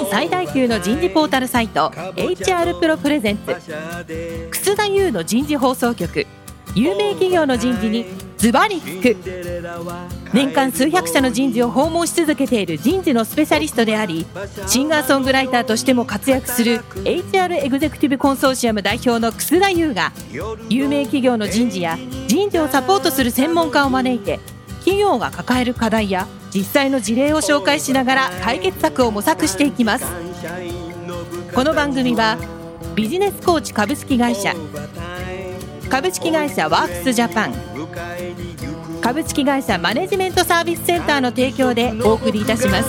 最大級の人事ポータルサイト HR プロプレゼンツ楠田優の人事放送局。有名企業の人事にズバリ聞く。年間数百社の人事を訪問し続けている人事のスペシャリストであり、シンガーソングライターとしても活躍する HR エグゼクティブコンソーシアム代表の楠田優が、有名企業の人事や人事をサポートする専門家を招いて、企業が抱える課題や実際の事例を紹介しながら解決策を模索していきます。この番組はビジネスコーチ株式会社、株式会社ワークスジャパン、株式会社マネジメントサービスセンターの提供でお送りいたします。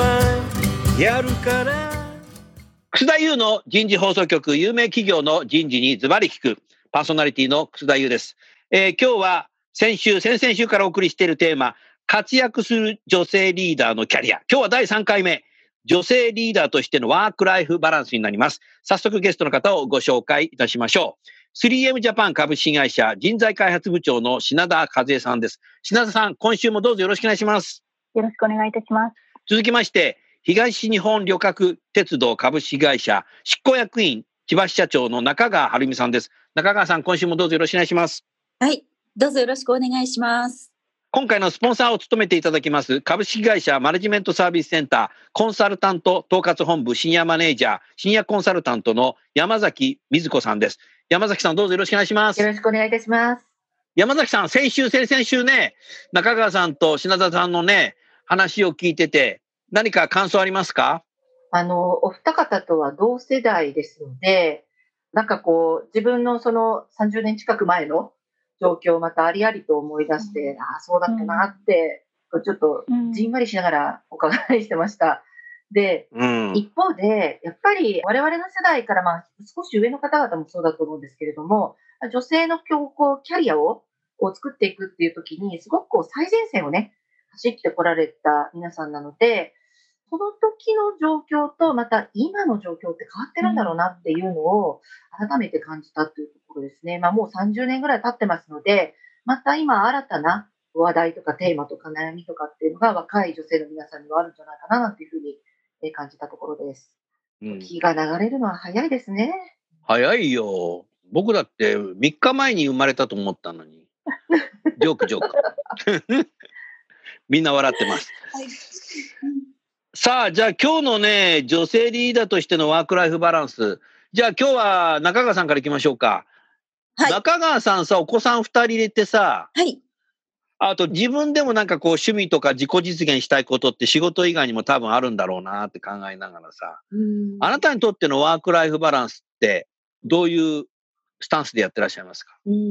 楠田優の人事放送局、有名企業の人事にズバリ聞く。パーソナリティの楠田優です。今日は先々週からお送りしているテーマ、活躍する女性リーダーのキャリア。今日は第3回目、女性リーダーとしてのワークライフバランスになります。早速ゲストの方をご紹介いたしましょう。3M ジャパン株式会社人材開発部長の品田和恵さんです。品田さん、今週もどうぞよろしくお願いします。 よろしくお願いいたします。 続きまして、東日本旅客鉄道株式会社執行役員千葉支社長の中川晴美さんです。中川さん、今週もどうぞよろしくお願いします。 はい、どうぞよろしくお願いします。 今回のスポンサーを務めていただきます株式会社マネジメントサービスセンターコンサルタント統括本部シニアマネージャーシニアコンサルタントの山崎瑞子さんです。山崎さん、どうぞよろしくお願いします。 よろしくお願いいたします。 山崎さん、先々週ね、中川さんと品田さんのね、話を聞いてて、何か感想ありますか？ お二方とは同世代ですので、なんかこう、自分のその30年近く前の状況をまたありありと思い出して、そうだったなって、ちょっとじんわりしながらお伺いしてました。で、一方で、やっぱり我々の世代から、少し上の方々もそうだと思うんですけれども、女性のキャリアを作っていくっていう時に、すごく最前線をね、走ってこられた皆さんなので、その時の状況とまた今の状況って変わってるんだろうなっていうのを改めて感じたというところですね。もう30年ぐらい経ってますので、また今新たな話題とかテーマとか悩みとかっていうのが若い女性の皆さんにはあるんじゃないかななんていうふうに感じたところです。時が流れるのは早いですね。 早いよ。僕だって3日前に生まれたと思ったのに。ジョーク。みんな笑ってます。はい、さあ、じゃあ今日のね、女性リーダーとしてのワークライフバランス。じゃあ今日は中川さんからいきましょうか。はい、中川さんさ、お子さん2人入れてさ、 はい。 あと自分でもなんか趣味とか自己実現したいことって仕事以外にも多分あるんだろうなって考えながらさ、あなたにとってのワークライフバランスってどういうスタンスでやってらっしゃいますか？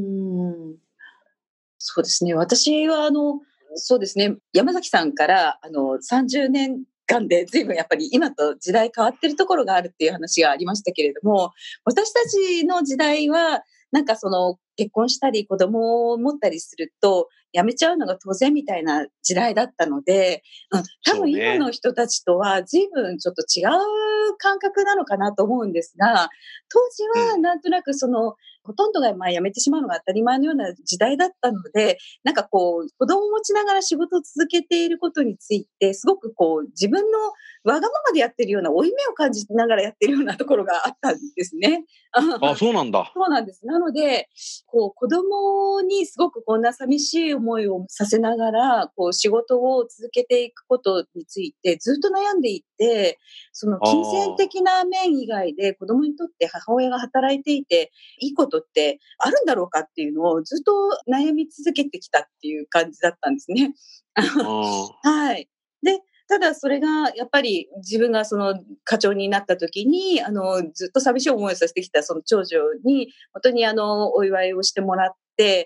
そうですね。私はそうですね。山崎さんから30年間で随分やっぱり今と時代変わってるところがあるっていう話がありましたけれども、私たちの時代はなんか結婚したり子供を持ったりすると辞めちゃうのが当然みたいな時代だったので、多分今の人たちとは随分ちょっと違う感覚なのかなと思うんですが、当時はなんとなくほとんどが辞めてしまうのが当たり前のような時代だったので、なんか子供を持ちながら仕事を続けていることについて、すごく自分のわがままでやってるような負い目を感じながらやってるようなところがあったんですね。 そうなんだ。 そうなんです。なので、子供にすごくこんな寂しい思いをさせながら、仕事を続けていくことについてずっと悩んでいて、金銭的な面以外で子供にとって母親が働いていていいことってあるんだろうかっていうのをずっと悩み続けてきたっていう感じだったんですね。はい。で、ただそれがやっぱり自分が課長になった時にずっと寂しい思いをさせてきたその長女に本当にお祝いをしてもらって、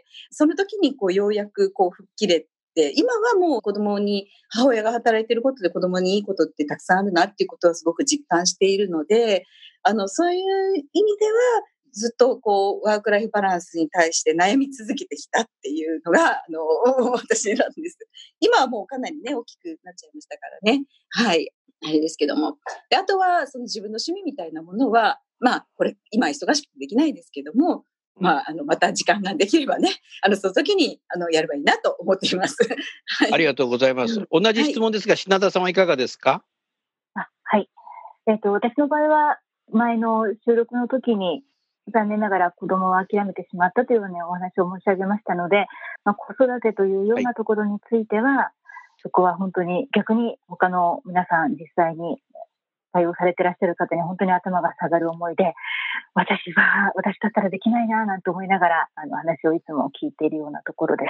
その時にようやく吹っ切れて、今はもう子供に母親が働いていることで子供にいいことってたくさんあるなっていうことはすごく実感しているので、そういう意味ではずっとワークライフバランスに対して悩み続けてきたっていうのが私なんです。今はもうかなりね大きくなっちゃいましたからね。はい、あれですけども、であとは自分の趣味みたいなものはこれ今忙しくてできないですけども、また時間ができればねその時にやればいいなと思っています。はい、 ありがとうございます。同じ質問ですが、品田さんはいかがですか？ はい。 私の場合は前の収録の時に残念ながら子供を諦めてしまったというようなお話を申し上げましたので、子育てというようなところについては、そこは本当に逆に他の皆さん実際に対応されていらっしゃる方に本当に頭が下がる思いで、私だったらできないななんて思いながら話をいつも聞いているようなところです。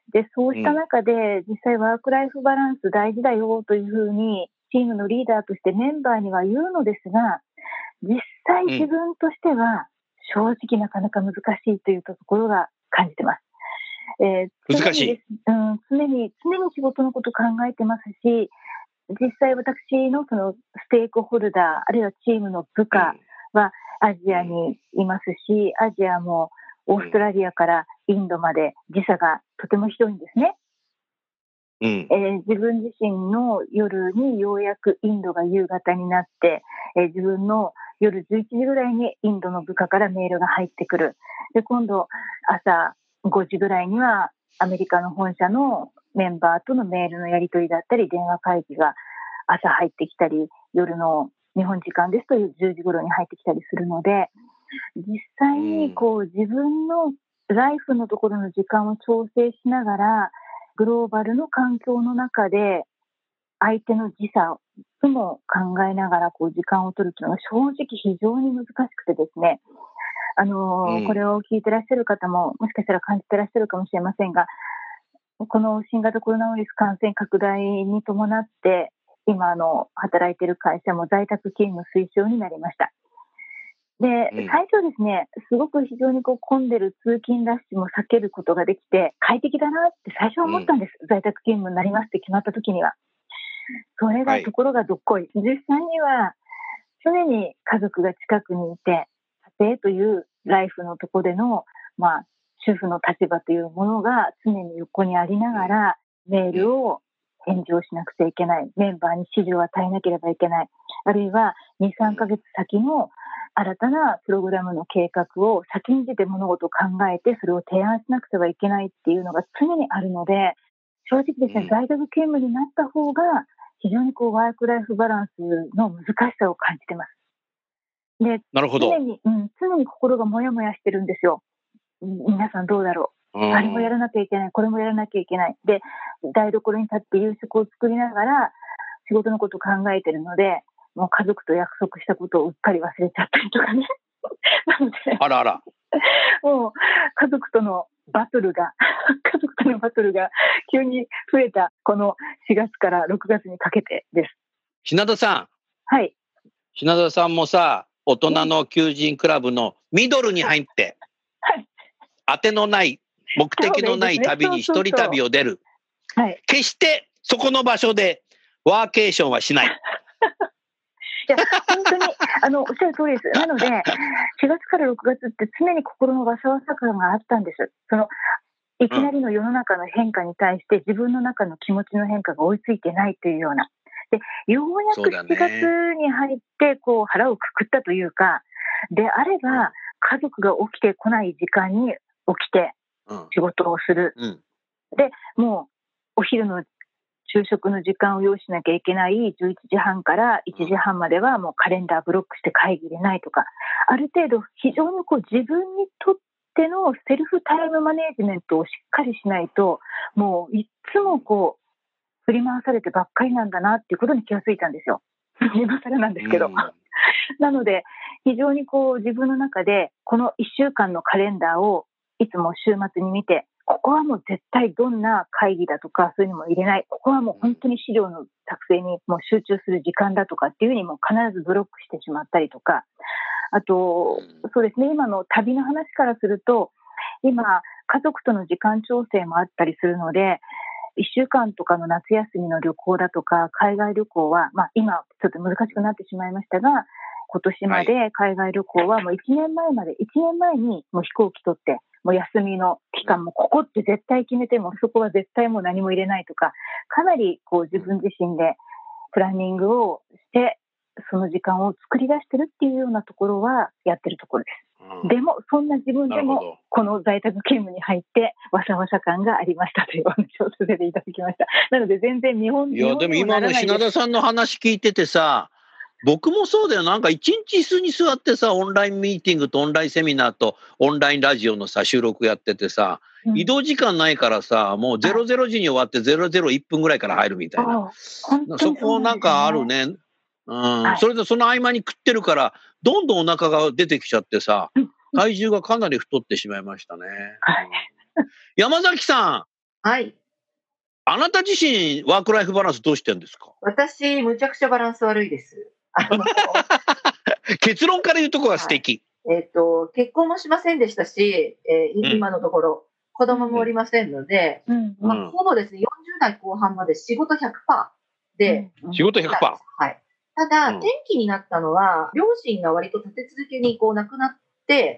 で、そうした中で実際ワークライフバランス大事だよというふうにチームのリーダーとしてメンバーには言うのですが、実際自分としては正直なかなか難しいというところが感じてます。 難しい。 常に仕事のことを考えてますし、実際私のそのステークホルダーあるいはチームの部下はアジアにいますし、アジアもオーストラリアからインドまで時差がとても広いんですね。自分自身の夜にようやくインドが夕方になって、自分の夜11時ぐらいにインドの部下からメールが入ってくる。で、今度朝5時ぐらいにはアメリカの本社のメンバーとのメールのやり取りだったり、電話会議が朝入ってきたり、夜の日本時間ですと10時頃に入ってきたりするので、実際に自分のライフのところの時間を調整しながら、グローバルの環境の中で相手の時差とも考えながら時間を取るというのが正直非常に難しくてですね、これを聞いてらっしゃる方ももしかしたら感じてらっしゃるかもしれませんが、この新型コロナウイルス感染拡大に伴って今働いている会社も在宅勤務推奨になりました。で、最初ですね、すごく非常に混んでる通勤ラッシュも避けることができて快適だなって最初は思ったんです。在宅勤務になりますって決まった時には。それがところがどっこい。実際には常に家族が近くにいて、家庭というライフのところでの、主婦の立場というものが常に横にありながら、メールを返事をしなくちゃいけない。メンバーに指示を与えなければいけない。あるいは2、3ヶ月先の新たなプログラムの計画を先んじて物事を考えて、それを提案しなくてはいけないっていうのが常にあるので、正直ですね、在宅勤務になった方が、非常にワークライフバランスの難しさを感じてます。で、 なるほど。 常に心がもやもやしてるんですよ。皆さんどうだろう。あれもやらなきゃいけない、これもやらなきゃいけない。で、台所に立って夕食を作りながら仕事のことを考えてるので、もう家族と約束したことをうっかり忘れちゃったりとかね。なので、 あらあら。 もう家族とのバトルが急に増えたこの4月から6月にかけてです。 品田さん。 はい。 品田さんもさ、大人の求人クラブのミドルに入って、 はい、 当てのない、目的のない旅に一人旅を出る。 はい。 決してそこの場所でワーケーションはしない。 いや、本当に、おっしゃる通りです。なので、4月から6月って常に心のわさわさ感があったんです。いきなりの世の中の変化に対して自分の中の気持ちの変化が追いついてないというような。で、ようやく7月に入って腹をくくったというか、であれば家族が起きてこない時間に起きて仕事をする。で、もうお昼の昼食の時間を用意しなきゃいけない11時半から1時半まではもうカレンダーブロックして会議入れないとか、ある程度非常に自分にとってのセルフタイムマネージメントをしっかりしないと、もういつも振り回されてばっかりなんだなっていうことに気がついたんですよ。今更なんですけど。なので非常に自分の中でこの1週間のカレンダーをいつも週末に見て、ここはもう絶対どんな会議だとかそういうのも入れない。ここはもう本当に資料の作成にもう集中する時間だとかっていうふうにも必ずブロックしてしまったりとか、あと、そうですね、今の旅の話からすると、今家族との時間調整もあったりするので、1週間とかの夏休みの旅行だとか海外旅行は、今ちょっと難しくなってしまいましたが、今年まで海外旅行はもう1年前にもう飛行機取ってもう休みの期間もここって絶対決めてもそこは絶対もう何も入れないとか、かなり自分自身でプランニングをしてその時間を作り出してるっていうようなところはやってるところです。でもそんな自分でもこの在宅勤務に入ってわさわさ感がありましたというお話をさせていただきました。なので全然日本いやでも今の品田さんの話聞いててさ、 僕もそうだよ。なんか一日椅子に座ってさ、オンラインミーティングとオンラインセミナーとオンラインラジオのさ、収録やっててさ、移動時間ないからさ、もう00時に終わって001分ぐらいから入るみたいな。そこなんかあるね。それでその合間に食ってるから、どんどんお腹が出てきちゃってさ、体重がかなり太ってしまいましたね。山崎さん。はい。 あなた自身、ワークライフバランスどうしてるんですか？ 私、むちゃくちゃバランス悪いです。 結論から言うとこが素敵。 結婚もしませんでしたし、今のところ、子供もおりませんので、ほぼですね、40代後半まで仕事 100% で。 仕事 100%？ はい。ただ、転機になったのは、両親が割と立て続けに亡くなって、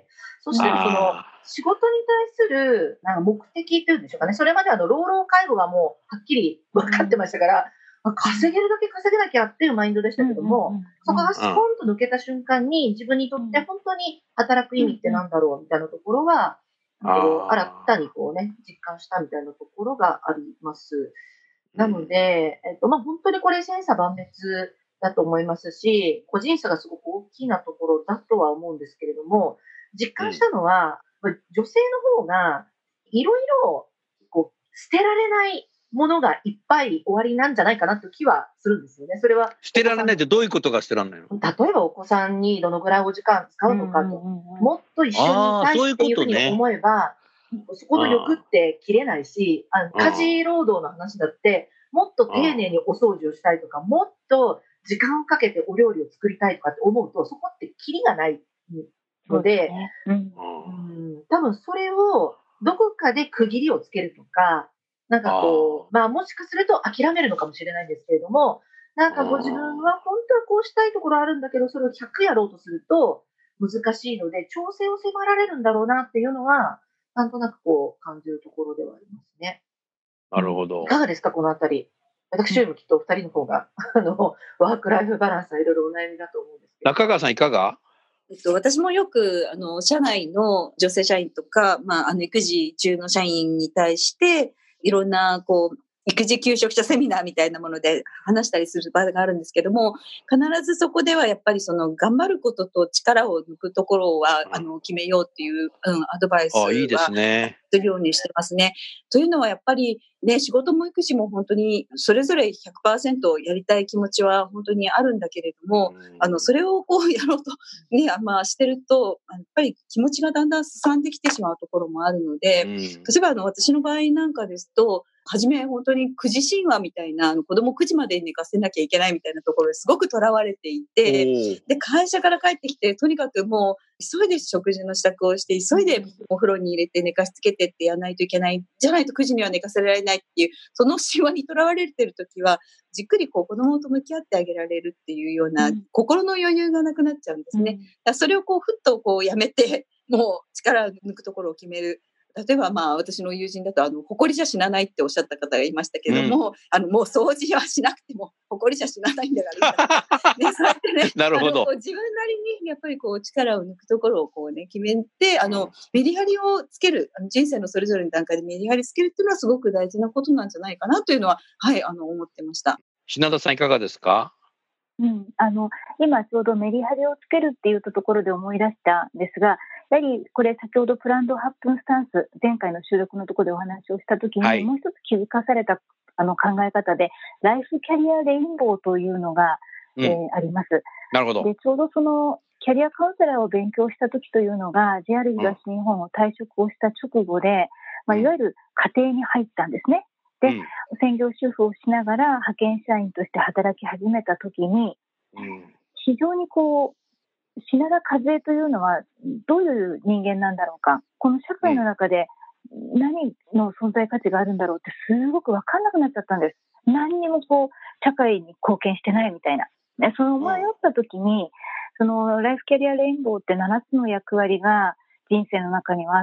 そして仕事に対する目的というんでしょうかね。それまで老老介護がもうはっきり分かってましたから、稼げるだけ稼げなきゃっていうマインドでしたけども、そこがスコンと抜けた瞬間に自分にとって本当に働く意味ってなんだろうみたいなところは、新たに実感したみたいなところがあります。なので、本当にこれ千差万別だと思いますし、個人差がすごく大きなところだとは思うんですけれども、実感したのは、女性の方がいろいろ捨てられないものがいっぱい終わりなんじゃないかなという気はするんですよね。それは捨てられないってどういうことが捨てられないの？ 例えばお子さんにどのぐらいお時間使うのかと、もっと一緒にいたいっていうふうに思えば、そこの欲って切れないし、家事労働の話だって、もっと丁寧にお掃除をしたいとか、もっと時間をかけてお料理を作りたいとかって思うと、そこってキリがないので、多分それをどこかで区切りをつけるとか、もしかすると諦めるのかもしれないんですけれども、ご自分は本当はこうしたいところあるんだけど、それを100やろうとすると難しいので、調整を迫られるんだろうなっていうのは、なんとなく感じるところではありますね。 なるほど。 いかがですか、このあたり。私よりもきっとお二人の方が、ワークライフバランスはいろいろお悩みだと思うんですけど。 中川さんいかが？ 私もよく、社内の女性社員とか、育児中の社員に対して、いろんな、育児休職者セミナーみたいなもので話したりする場があるんですけども、必ずそこではやっぱり頑張ることと力を抜くところは、決めようっていう、アドバイスは、 いいですね。 するようにしてますね。というのはやっぱりね、仕事も育児も本当にそれぞれ 100% やりたい気持ちは本当にあるんだけれども、それをやろうとね、してると、やっぱり気持ちがだんだんすさんできてしまうところもあるので、例えば私の場合なんかですと、はじめ本当に9時神話みたいな、子供9時まで寝かせなきゃいけないみたいなところですごくとらわれていて、で、会社から帰ってきて、とにかくもう、急いで食事の支度をして、急いでお風呂に入れて寝かしつけてってやらないといけない。じゃないと9時には寝かせられないっていう、その神話にとらわれてるときは、じっくり子供と向き合ってあげられるっていうような、心の余裕がなくなっちゃうんですね。それをふっとやめて、もう力を抜くところを決める。例えば私の友人だと埃じゃ死なないっておっしゃった方がいましたけども、もう掃除はしなくても埃じゃ死なないんだからいいんだね、そうやってね、 なるほど。 自分なりにやっぱり力を抜くところを決めてメリハリをつける、人生のそれぞれの段階でメリハリつけるっていうのはすごく大事なことなんじゃないかなというのは思ってました。 品田さんいかがですか？ 今ちょうどメリハリをつけるっていうところで思い出したんですが、やはりこれ先ほどプランド8分スタンス、前回の収録のところでお話をしたときに、もう一つ気づかされた考え方で、ライフキャリアレインボーというのが、あります。 なるほど。 で、ちょうどそのキャリアカウンセラーを勉強したときというのが、JR 東日本を退職をした直後で、いわゆる家庭に入ったんですね。で、専業主婦をしながら派遣社員として働き始めたときに、非常に品田和恵というのはどういう人間なんだろうか、この社会の中で何の存在価値があるんだろうってすごく分かんなくなっちゃったんです。何にも社会に貢献してないみたいな。で、その迷った時に、そのライフキャリアレインボーって7つの役割が人生の中にはあって、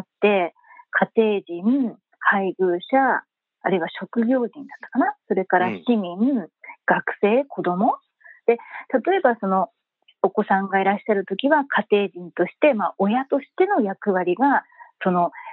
家庭人、配偶者、あるいは職業人だったかな、それから市民、学生、子供で、例えばそのお子さんがいらっしゃるときは家庭人として、親としての役割がその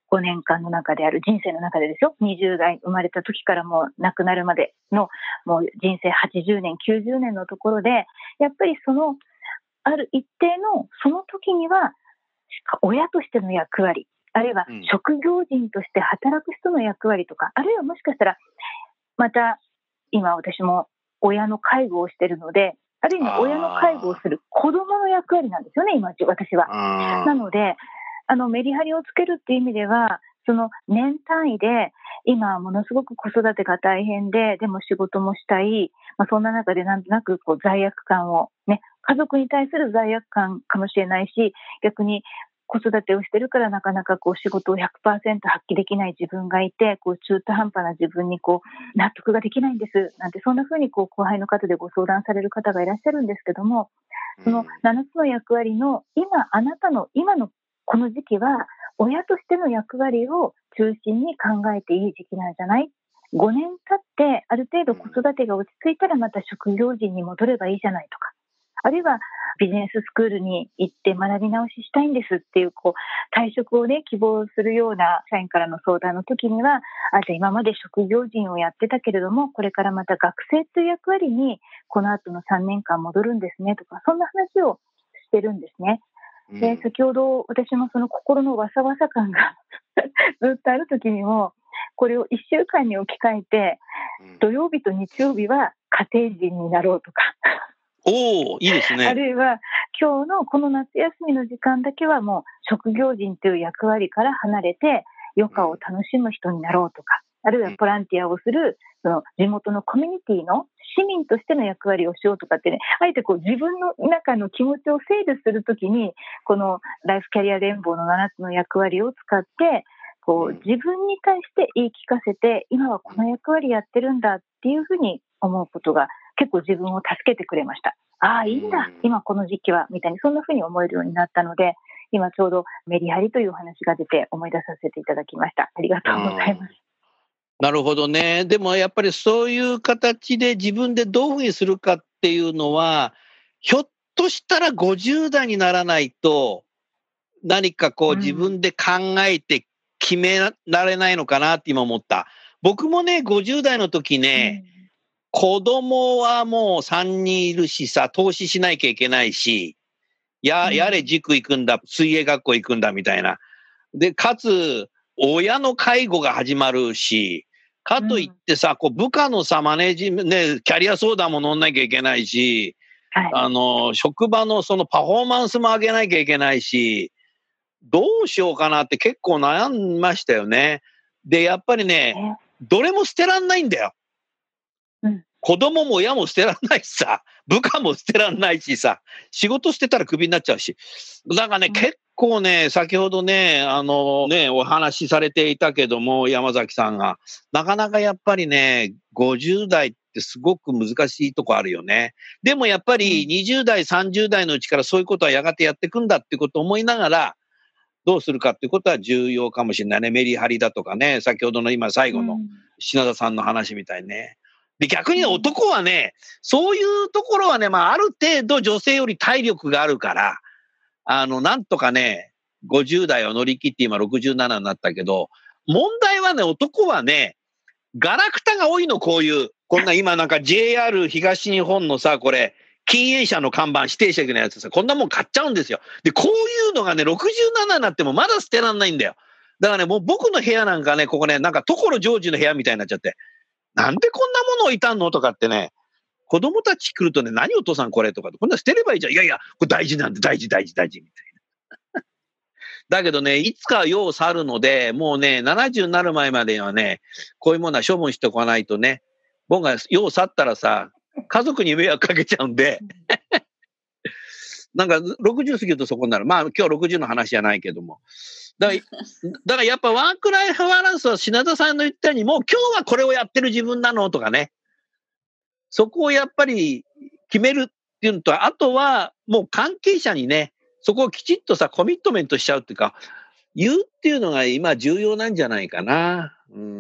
年間の中である人生の中でですよ、20代生まれた時からもう亡くなるまでのもう人生80年、90年のところで、やっぱりそのある一定のその時には親としての役割、あるいは職業人として働く人の役割とか、あるいはもしかしたらまた今私も親の介護をしているので、ある意味親の介護をする子供の役割なんですよね、今私は。なのでメリハリをつけるっていう意味では、その年単位で今はものすごく子育てが大変で、でも仕事もしたい、そんな中でなんとなくこう罪悪感をね、家族に対する罪悪感かもしれないし、逆に子育てをしてるからなかなかこう仕事を 100% 発揮できない自分がいて、こう中途半端な自分にこう納得ができないんですなんて、そんな風にこう後輩の方でご相談される方がいらっしゃるんですけども、その7つの役割のあなたの今のこの時期は親としての役割を中心に考えていい時期なんじゃない？ 5 年経ってある程度子育てが落ち着いたらまた職業人に戻ればいいじゃないとか、あるいはビジネススクールに行って学び直ししたいんですっていう、こう退職をね希望するような社員からの相談の時には、じゃあ今まで職業人をやってたけれどもこれからまた学生という役割にこの後の3年間戻るんですねとか、そんな話をしてるんですね。で、先ほど私もその心のわさわさ感がずっとある時にも、これを1週間に置き換えて、土曜日と日曜日は家庭人になろうとかおー、いいですね。 あるいは今日のこの夏休みの時間だけはもう職業人という役割から離れて余暇を楽しむ人になろうとか、あるいはボランティアをするその地元のコミュニティの市民としての役割をしようとかってね、あえてこう自分の中の気持ちを整理するときに、このライフキャリア連合の7つの役割を使ってこう自分に対して言い聞かせて、今はこの役割やってるんだっていうふうに思うことが結構自分を助けてくれました。ああ、いいんだ今この時期はみたいに、そんなふうに思えるようになったので、今ちょうどメリハリというお話が出て思い出させていただきました。ありがとうございます。 なるほどね。でもやっぱりそういう形で自分でどういうふうにするかっていうのは、ひょっとしたら50代にならないと何かこう自分で考えて決められないのかなって今思った。僕もね、50代の時ね、子供はもう3人いるしさ、投資しなきゃいけないし、やれ塾行くんだ、水泳学校行くんだみたいな。で、かつ、親の介護が始まるし、かといってさ、こう部下のさ、マネージメント、ね、キャリア相談も乗んなきゃいけないし、職場のそのパフォーマンスも上げなきゃいけないし、どうしようかなって結構悩みましたよね。で、やっぱりね、どれも捨てらんないんだよ。子供も親も捨てらんないしさ、部下も捨てらんないしさ、仕事捨てたらクビになっちゃうし。だからね、結構ね、先ほどね、お話しされていたけども、山崎さんが、なかなかやっぱりね、50代ってすごく難しいとこあるよね。でもやっぱり20代、30代のうちからそういうことはやがてやっていくんだっていうことを思いながら、どうするかっていうことは重要かもしれないね。メリハリだとかね、先ほどの今最後の品田さんの話みたいにね。で、逆に男はね、そういうところはね、ある程度女性より体力があるから、なんとかね、50代を乗り切って今67になったけど、問題はね、男はね、ガラクタが多いの、こんな今なんか JR 東日本のさ、これ、禁煙車の看板指定席のやつさ、こんなもん買っちゃうんですよ。で、こういうのがね、67になってもまだ捨てらんないんだよ。だからね、もう僕の部屋なんかね、ここね、なんか所ジョージの部屋みたいになっちゃって。なんでこんなもの置いたんのとかってね、子供たち来るとね、何お父さんこれとか、こんな捨てればいいじゃん。いやいや、これ大事なんで、大事みたいな。だけどね、いつかは世を去るので、もうね、70になる前まではね、こういうものは処分しておかないとね、僕が世を去ったらさ、家族に迷惑かけちゃうんで、なんか60過ぎるとそこになる。今日60の話じゃないけども。だからやっぱワークライフバランスは品田さんの言ったように、もう今日はこれをやってる自分なのとかね。そこをやっぱり決めるっていうのと、あとはもう関係者にね、そこをきちっとさ、コミットメントしちゃうっていうか、言うっていうのが今重要なんじゃないかな。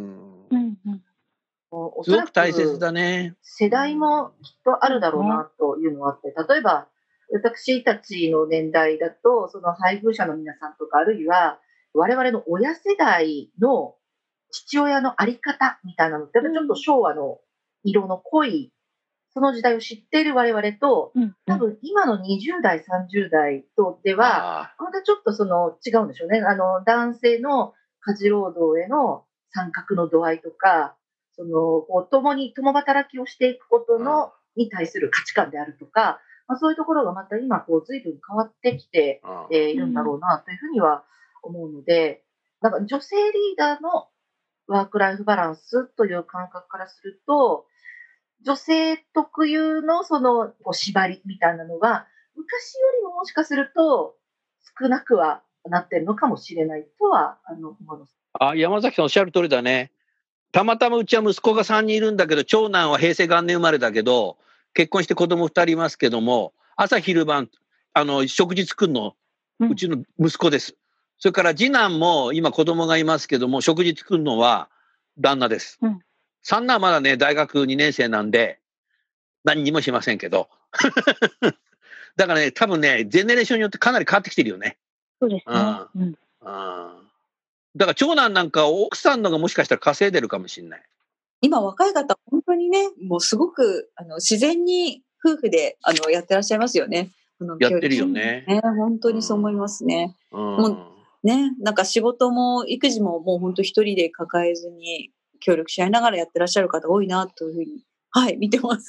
すごく大切だね。 世代もきっとあるだろうなというのがあって、例えば私たちの年代だと、その配偶者の皆さんとか、あるいは我々の親世代の父親のあり方みたいなのって、ちょっと昭和の色の濃い、その時代を知っている我々と、多分今の20代、30代とでは、またちょっと違うんでしょうね。男性の家事労働への参画の度合いとか、共働きをしていくことに対する価値観であるとか、そういうところがまた今、随分変わってきているんだろうなというふうには思うので、なんか女性リーダーのワークライフバランスという感覚からすると、女性特有の縛りみたいなのが、昔よりももしかすると少なくはなってるのかもしれないとは思います。 山崎さんおっしゃる通りだね。たまたまうちは息子が3人いるんだけど、長男は平成元年生まれだけど、結婚して子供2人いますけども、朝昼晩、食事作るの、うちの息子です。それから次男も今子供がいますけども、食事作るのは旦那です。三男はまだね、大学2年生なんで、何にもしませんけど。だからね、多分ね、ジェネレーションによってかなり変わってきてるよね。 そうですね。 だから長男なんか奥さんのがもしかしたら稼いでるかもしれない。 今若い方、本当にね、もうすごく自然に夫婦でやってらっしゃいますよね。 やってるよね。 本当にそう思いますね。もうね、なんか仕事も育児ももう本当一人で抱えずに協力し合いながらやってらっしゃる方多いなというふうに、見てます。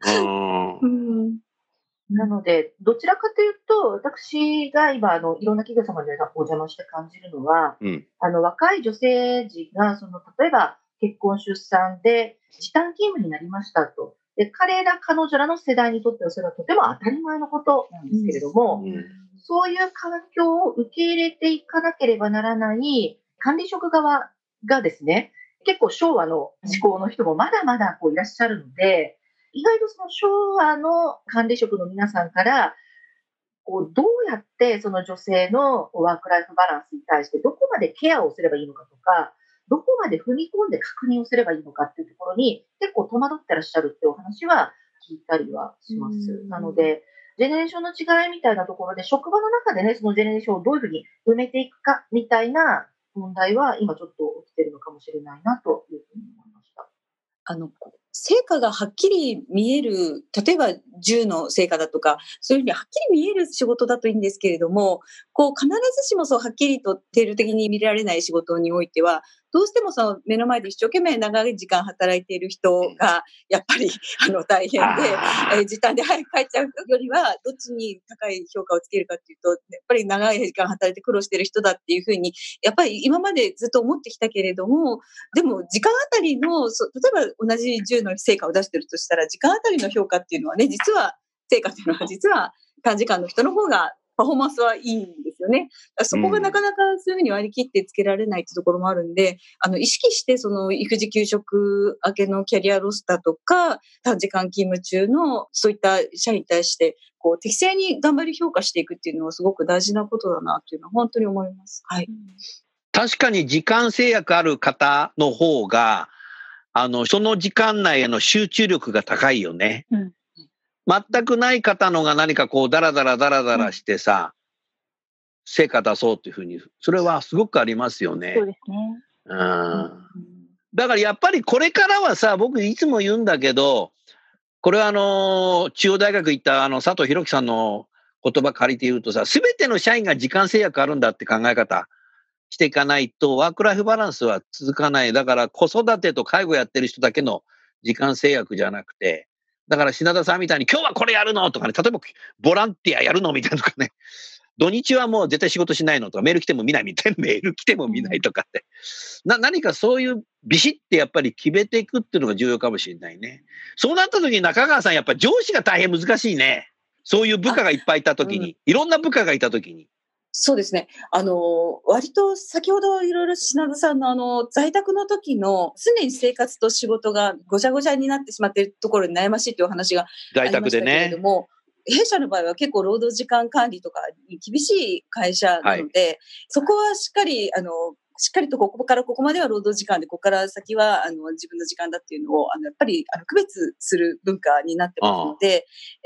なので、どちらかというと、私が今、いろんな企業様でお邪魔して感じるのは、若い女性陣が、例えば結婚出産で時短勤務になりましたと。で、彼女らの世代にとってはそれはとても当たり前のことなんですけれども、そういう環境を受け入れていかなければならない管理職側がですね、結構昭和の思考の人もまだまだいらっしゃるので、意外と昭和の管理職の皆さんから、どうやってその女性のワークライフバランスに対してどこまでケアをすればいいのかとか、どこまで踏み込んで確認をすればいいのかっていうところに結構戸惑ってらっしゃるっていうお話は聞いたりはします。なので、ジェネレーションの違いみたいなところで、職場の中でね、そのジェネレーションをどういうふうに埋めていくかみたいな問題は今ちょっと起きてるのかもしれないなというふうに思いました。 成果がはっきり見える、例えば10の成果だとか、そういうふうにはっきり見える仕事だといいんですけれども、必ずしもはっきりと定量的に見られない仕事においては、どうしても目の前で一生懸命長い時間働いている人が、やっぱり大変で、時短で早く帰っちゃうよりは、どっちに高い評価をつけるかっていうと、やっぱり長い時間働いて苦労している人だっていうふうに、やっぱり今までずっと思ってきたけれども、でも時間あたりの、例えば同じ10の成果を出しているとしたら、時間あたりの評価っていうのはね、成果っていうのは実は短時間の人の方がパフォーマンスはいいんですよね。そこがなかなかそういうふうに割り切ってつけられないってところもあるんで、意識して育児休職明けのキャリアロスだとか、短時間勤務中のそういった社員に対して、適正に頑張り評価していくっていうのはすごく大事なことだなというのは本当に思います。はい。 確かに時間制約ある方の方が、その時間内への集中力が高いよね。全くない方のが何かダラダラしてさ、成果出そうっていうふうに、それはすごくありますよね。 そうですね。 だからやっぱりこれからはさ、僕いつも言うんだけど、これは中央大学行った佐藤弘樹さんの言葉借りて言うとさ、すべての社員が時間制約あるんだって考え方していかないと、ワークライフバランスは続かない。だから子育てと介護やってる人だけの時間制約じゃなくて、だから品田さんみたいに今日はこれやるのとかね、例えばボランティアやるのみたいなとかね、土日はもう絶対仕事しないのとか、メール来ても見ないみたいな、メール来ても見ないとかって、何かそういうビシッてやっぱり決めていくっていうのが重要かもしれないね。そうなった時に中川さん、やっぱ上司が大変難しいね。そういう部下がいっぱいいた時に、いろんな部下がいた時に。 そうですね。割と先ほどいろいろ品田さんの在宅の時の常に生活と仕事がごちゃごちゃになってしまっているところに悩ましいというお話がありましたけれども、弊社の場合は結構労働時間管理とかに厳しい会社なので、そこはしっかりとここからここまでは労働時間で、ここから先は自分の時間だっていうのをやっぱり区別する文化になってますので、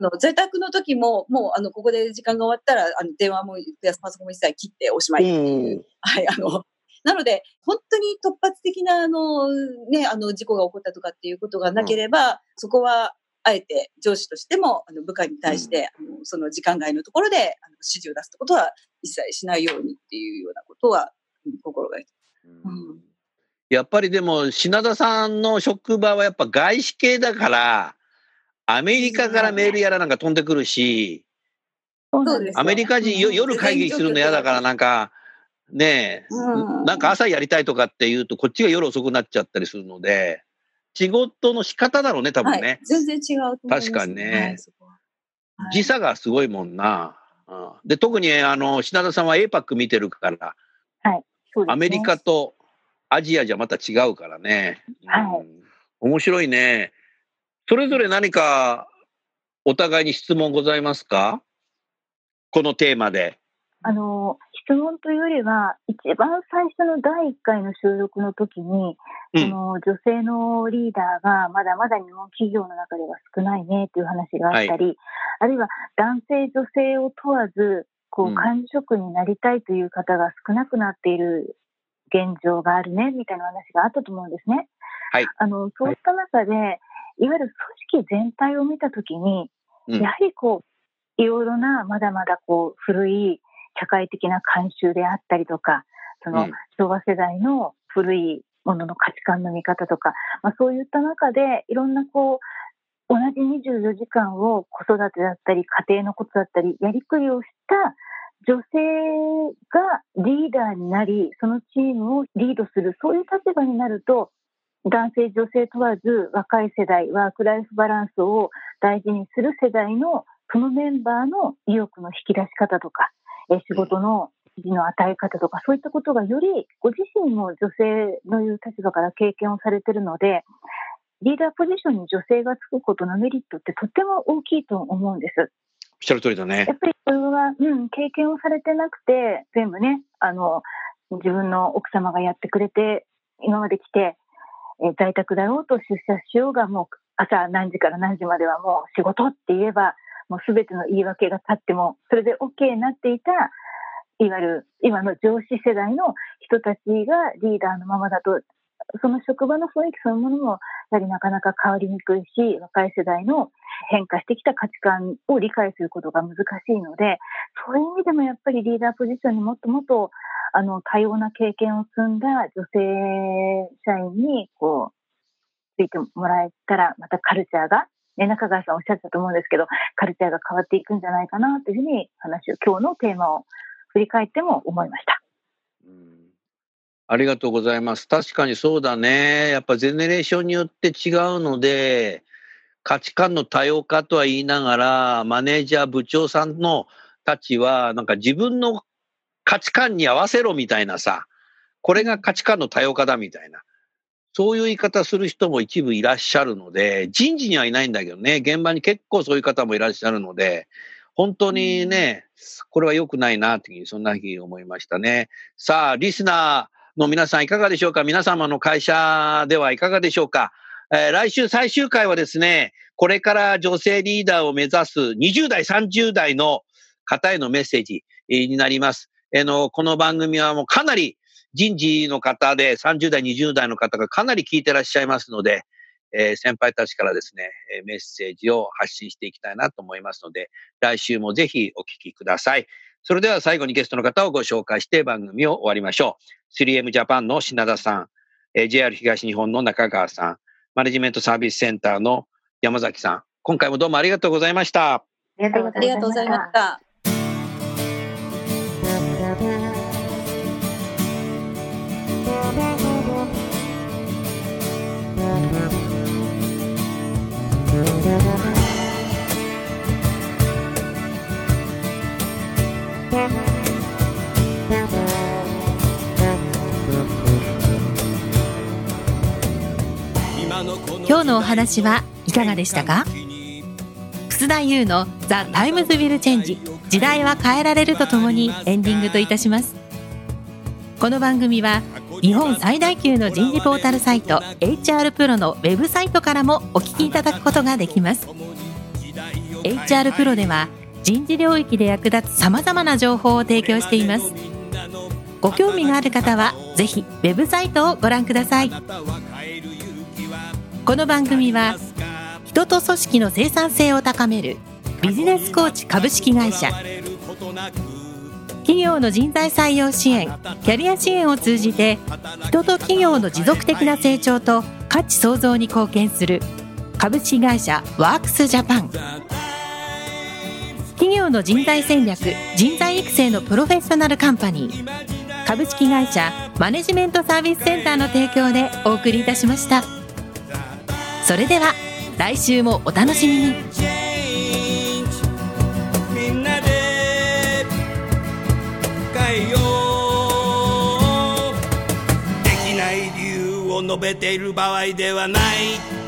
在宅の時も、もう、ここで時間が終わったら、電話も、パソコンも一切切っておしまいっていう。はい、なので、本当に突発的な、事故が起こったとかっていうことがなければ、そこは、あえて上司としても、部下に対して、その時間外のところで、指示を出すことは一切しないようにっていうようなことは、心がけて。 やっぱりでも、品田さんの職場はやっぱ外資系だから、アメリカからメールやらなんか飛んでくるし、アメリカ人夜会議するの嫌だからなんか、ねえ、なんか朝やりたいとかって言うと、こっちが夜遅くなっちゃったりするので、仕事の仕方だろうね、多分ね。はい、 全然違うと思います。 確かにね。はい、時差がすごいもんな。で、特に品田さんは APAC 見てるから、 はい、そうですね、 アメリカとアジアじゃまた違うからね。 はい、 面白いね。それぞれ何かお互いに質問ございますか？このテーマで。 質問というよりは、一番最初の第1回の収録の時に、その女性のリーダーがまだまだ日本企業の中では少ないねという話があったり、はい、あるいは男性女性を問わず、管理職になりたいという方が少なくなっている現状があるねみたいな話があったと思うんですね。 はい、 そういった中で、いわゆる組織全体を見たときに、やはりいろいろなまだまだ古い社会的な慣習であったりとか、その昭和世代の古いものの価値観の見方とか、そういった中でいろんな同じ24時間を子育てだったり家庭のことだったりやりくりをした女性がリーダーになり、そのチームをリードする、そういう立場になると、男性女性問わず若い世代、ワークライフバランスを大事にする世代のそのメンバーの意欲の引き出し方とか、仕事の指示の与え方とか、そういったことがよりご自身も女性のいう立場から経験をされているので、リーダーポジションに女性がつくことのメリットってとっても大きいと思うんです。 おっしゃる通りだね。 やっぱりそれは、経験をされてなくて、全部ね、自分の奥様がやってくれて、今まで来て、在宅だろうと出社しようが、もう朝何時から何時まではもう仕事って言えば、もうすべての言い訳が立っても、それで OK になっていた、いわゆる今の上司世代の人たちがリーダーのままだと、その職場の雰囲気そのものもやはりなかなか変わりにくいし、若い世代の変化してきた価値観を理解することが難しいので、そういう意味でもやっぱりリーダーポジションにもっともっと多様な経験を積んだ女性社員についてもらえたら、またカルチャーが、中川さんおっしゃったと思うんですけど、カルチャーが変わっていくんじゃないかなというふうに今日のテーマを振り返っても思いました。 ありがとうございます。確かにそうだね。やっぱゼネレーションによって違うので、価値観の多様化とは言いながら、マネージャー部長さんのたちはなんか自分の価値観に合わせろみたいなさ、これが価値観の多様化だみたいな、そういう言い方する人も一部いらっしゃるので、人事にはいないんだけどね、現場に結構そういう方もいらっしゃるので、本当にね、これは良くないなというふうに、そんなふうに思いましたね。さあ、リスナーの皆さんいかがでしょうか？皆様の会社ではいかがでしょうか？来週最終回はですね、これから女性リーダーを目指す20代、30代の方へのメッセージになります。この番組はもうかなり人事の方で30代、20代の方がかなり聞いてらっしゃいますので、先輩たちからですね、メッセージを発信していきたいなと思いますので、来週もぜひお聞きください。それでは最後にゲストの方をご紹介して番組を終わりましょう。3M ジャパンの品田さん、JR 東日本の中川さん、マネジメントサービスセンターの山崎さん、今回もどうもありがとうございました。 ありがとうございました。 今日のお話はいかがでしたか？楠田優の The Times Will Change 時代は変えられるとともにエンディングといたします。この番組は日本最大級の人事ポータルサイト HR プロのウェブサイトからもお聞きいただくことができます。 HR プロでは人事領域で役立つさまざまな情報を提供しています。ご興味がある方はぜひウェブサイトをご覧ください。この番組は人と組織の生産性を高めるビジネスコーチ株式会社、企業の人材採用支援、キャリア支援を通じて人と企業の持続的な成長と価値創造に貢献する株式会社ワークスジャパン、企業の人材戦略、人材育成のプロフェッショナルカンパニー株式会社マネジメントサービスセンターの提供でお送りいたしました。それでは来週もお楽しみに。 みんなで変えよう。できない理由を述べている場合ではない。